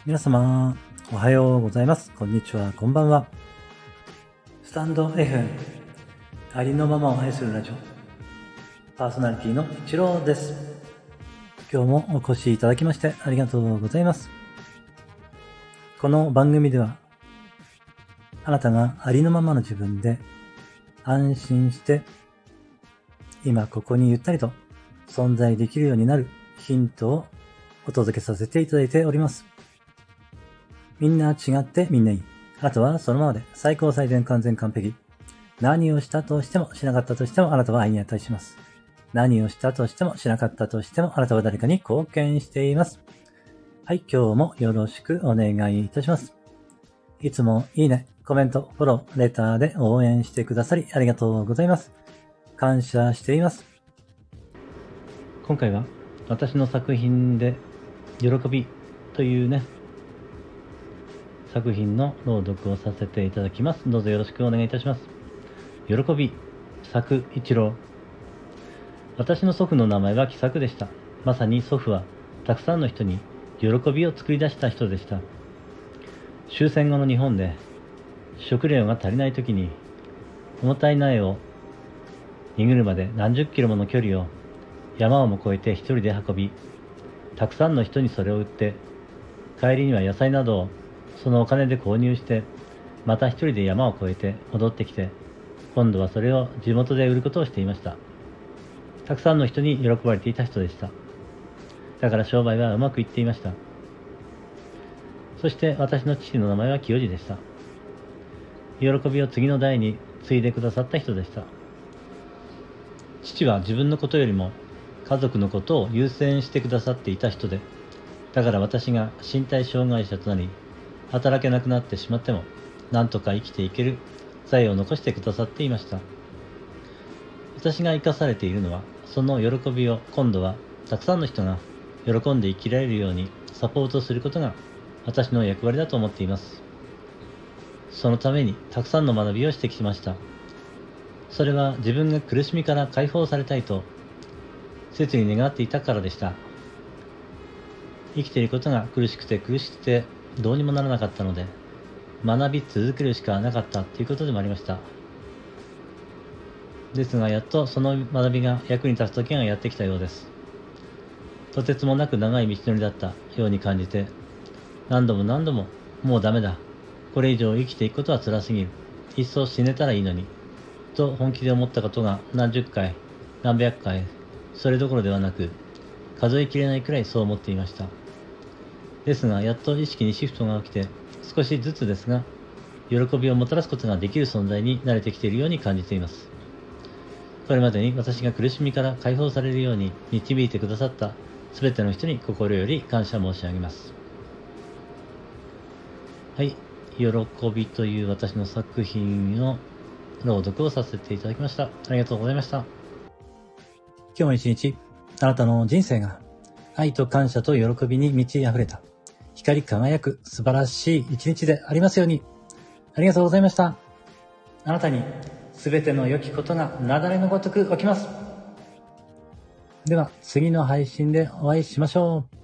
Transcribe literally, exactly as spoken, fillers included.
皆様、おはようございます。こんにちは、こんばんは。スタンド エフエム、ありのままを愛するラジオ、パーソナリティの一郎です。今日もお越しいただきましてありがとうございます。この番組では、あなたがありのままの自分で安心して、今ここにゆったりと存在できるようになるヒントをお届けさせていただいております。みんな違ってみんないい。あとはそのままで最高最善完全完璧。何をしたとしてもしなかったとしてもあなたは愛に値します。何をしたとしてもしなかったとしてもあなたは誰かに貢献しています。はい、今日もよろしくお願いいたします。いつもいいね、コメント、フォロー、レターで応援してくださりありがとうございます。感謝しています。今回は私の作品で喜びというね、作品の朗読をさせていただきます。どうぞよろしくお願いいたします。喜び、作一郎。私の祖父の名前は喜作でした。まさに祖父はたくさんの人に喜びを作り出した人でした。終戦後の日本で食料が足りない時に重たい苗を荷車で何十キロもの距離を山をも越えて一人で運び、たくさんの人にそれを売って帰りには野菜などをそのお金で購入して、また一人で山を越えて戻ってきて、今度はそれを地元で売ることをしていました。たくさんの人に喜ばれていた人でした。だから商売はうまくいっていました。そして私の父の名前は清次でした。喜びを次の代に継いでくださった人でした。父は自分のことよりも家族のことを優先してくださっていた人で、だから私が身体障害者となり、働けなくなってしまっても、なんとか生きていける財を残してくださっていました。私が生かされているのは、その喜びを今度はたくさんの人が喜んで生きられるようにサポートすることが私の役割だと思っています。そのためにたくさんの学びをしてきました。それは自分が苦しみから解放されたいと切に願っていたからでした。生きていることが苦しくて苦しくてどうにもならなかったので、学び続けるしかなかったということでもありました。ですがやっとその学びが役に立つ時がやってきたようです。とてつもなく長い道のりだったように感じて、何度も何度ももうダメだ、これ以上生きていくことは辛すぎる、いっそ死ねたらいいのにと本気で思ったことが何十回何百回、それどころではなく数えきれないくらいそう思っていました。ですがやっと意識にシフトが起きて、少しずつですが喜びをもたらすことができる存在に慣れてきているように感じています。これまでに私が苦しみから解放されるように導いてくださったすべての人に心より感謝申し上げます。はい、喜びという私の作品の朗読をさせていただきました。ありがとうございました。今日も一日あなたの人生が愛と感謝と喜びに満ち溢れた光り輝く素晴らしい一日でありますように。ありがとうございました。あなたにすべての良きことが雪崩のごとく起きます。では次の配信でお会いしましょう。